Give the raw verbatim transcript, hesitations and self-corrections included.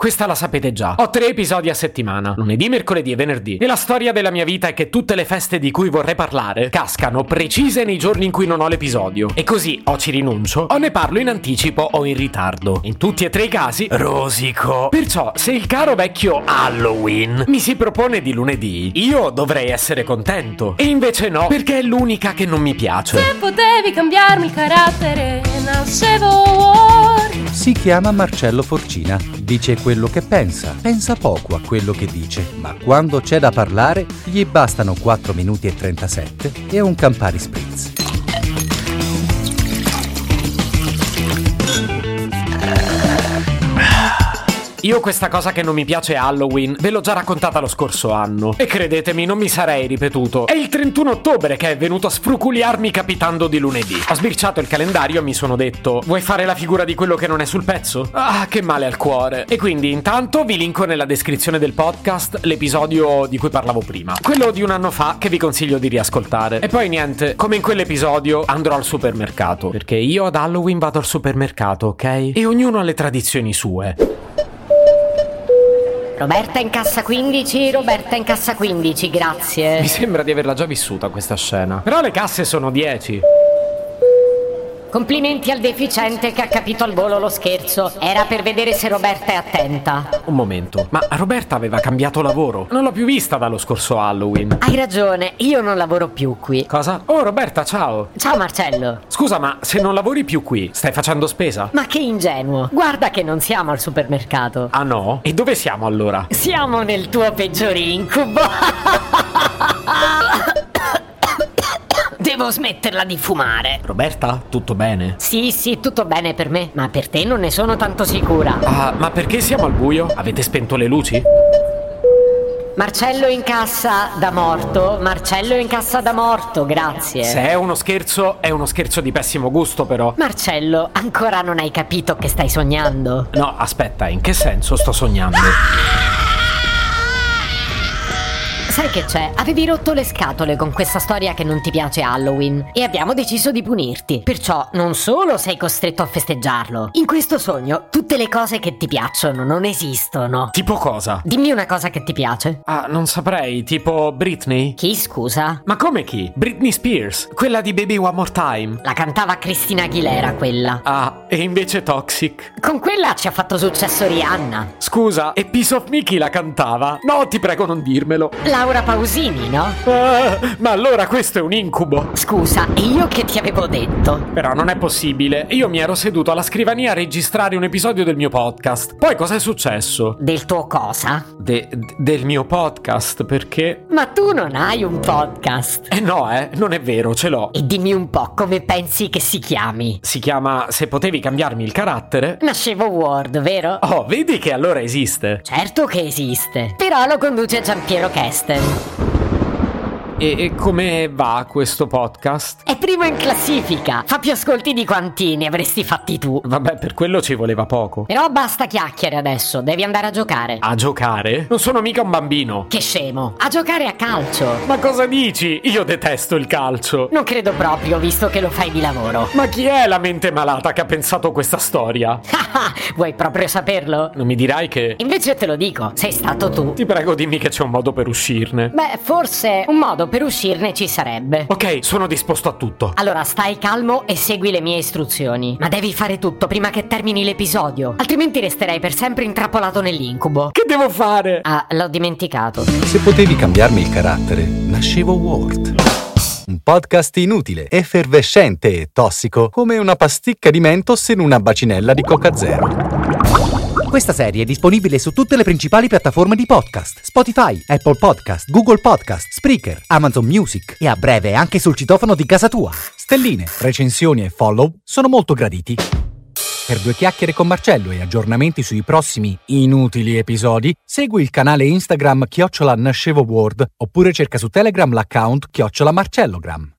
questa la sapete già. Ho tre episodi a settimana, lunedì, mercoledì e venerdì. E la storia della mia vita è che tutte le feste di cui vorrei parlare cascano precise nei giorni in cui non ho l'episodio. E così o ci rinuncio, o ne parlo in anticipo o in ritardo. In tutti e tre i casi, rosico. Perciò, se il caro vecchio Halloween mi si propone di lunedì, io dovrei essere contento. E invece no, perché è l'unica che non mi piace. Se potevi cambiarmi il carattere, nascevo ora. Si chiama Marcello Forcina, dice quello che pensa, pensa poco a quello che dice, ma quando c'è da parlare gli bastano quattro minuti e trentasette e un Campari Spritz. Io questa cosa che non mi piace Halloween ve l'ho già raccontata lo scorso anno e credetemi non mi sarei ripetuto. È il trentuno ottobre che è venuto a sfruculiarmi capitando di lunedì. Ho sbirciato il calendario e mi sono detto: vuoi fare la figura di quello che non è sul pezzo? Ah, che male al cuore. E quindi intanto vi linko nella descrizione del podcast l'episodio di cui parlavo prima, quello di un anno fa che vi consiglio di riascoltare. E poi niente, come in quell'episodio andrò al supermercato, perché io ad Halloween vado al supermercato, ok? E ognuno ha le tradizioni sue. Roberta in cassa quindici, Roberta in cassa quindici, grazie. Mi sembra di averla già vissuta questa scena. Però le casse sono dieci. Complimenti al deficiente che ha capito al volo lo scherzo. Era per vedere se Roberta è attenta. Un momento, ma Roberta aveva cambiato lavoro. Non l'ho più vista dallo scorso Halloween. Hai ragione, io non lavoro più qui. Cosa? Oh Roberta, ciao. Ciao Marcello. Scusa, ma se non lavori più qui, stai facendo spesa? Ma che ingenuo. Guarda che non siamo al supermercato. Ah no? E dove siamo allora? Siamo nel tuo peggior incubo. Devo smetterla di fumare. Roberta, tutto bene? Sì, sì, tutto bene per me, ma per te non ne sono tanto sicura. Ah, ma perché siamo al buio? Avete spento le luci? Marcello in cassa da morto, Marcello in cassa da morto, grazie. Se è uno scherzo, è uno scherzo di pessimo gusto però. Marcello, ancora non hai capito che stai sognando? No, aspetta, in che senso sto sognando? Sai che c'è? Avevi rotto le scatole con questa storia che non ti piace Halloween e abbiamo deciso di punirti. Perciò non solo sei costretto a festeggiarlo. In questo sogno tutte le cose che ti piacciono non esistono. Tipo cosa? Dimmi una cosa che ti piace. Ah, non saprei, tipo Britney? Chi, scusa? Ma come chi? Britney Spears, quella di Baby One More Time. La cantava Christina Aguilera quella. Ah, e invece Toxic. Con quella ci ha fatto successo Rihanna. Scusa, e Piece of Me chi la cantava? No, ti prego non dirmelo. Laura Pausini, no? Ah, ma allora questo è un incubo. Scusa, e io che ti avevo detto? Però non è possibile. Io mi ero seduto alla scrivania a registrare un episodio del mio podcast. Poi cos'è successo? Del tuo cosa? De- del mio podcast, perché? Ma tu non hai un podcast. Eh no, eh, non è vero, ce l'ho. E dimmi un po' come pensi che si chiami? Si chiama Se potevi cambiarmi il carattere. Nascevo Word, vero? Oh, vedi che allora esiste. Certo che esiste. Però lo conduce Giampiero Kesten. E, e come va questo podcast? È primo in classifica. Fa più ascolti di quanti ne avresti fatti tu. Vabbè, per quello ci voleva poco. Però basta chiacchiere adesso, devi andare a giocare. A giocare? Non sono mica un bambino. Che scemo. A giocare a calcio. Ma cosa dici? Io detesto il calcio. Non credo proprio, visto che lo fai di lavoro. Ma chi è la mente malata che ha pensato questa storia? Vuoi proprio saperlo? Non mi dirai che... Invece te lo dico, sei stato tu. Ti prego dimmi che c'è un modo per uscirne. Beh, forse un modo per uscirne ci sarebbe. Ok, sono disposto a tutto. Allora stai calmo e segui le mie istruzioni. Ma devi fare tutto prima che termini l'episodio, altrimenti resterai per sempre intrappolato nell'incubo. Che devo fare? Ah, l'ho dimenticato. Se potevi cambiarmi il carattere, nascevo Word. Un podcast inutile, effervescente e tossico, come una pasticca di Mentos in una bacinella di Coca Zero. Questa serie è disponibile su tutte le principali piattaforme di podcast: Spotify, Apple Podcast, Google Podcast, Spreaker, Amazon Music e a breve anche sul citofono di casa tua. Stelline, recensioni e follow sono molto graditi. Per due chiacchiere con Marcello e aggiornamenti sui prossimi inutili episodi, segui il canale Instagram chiocciola Nascevo Word oppure cerca su Telegram l'account chiocciola Marcellogram.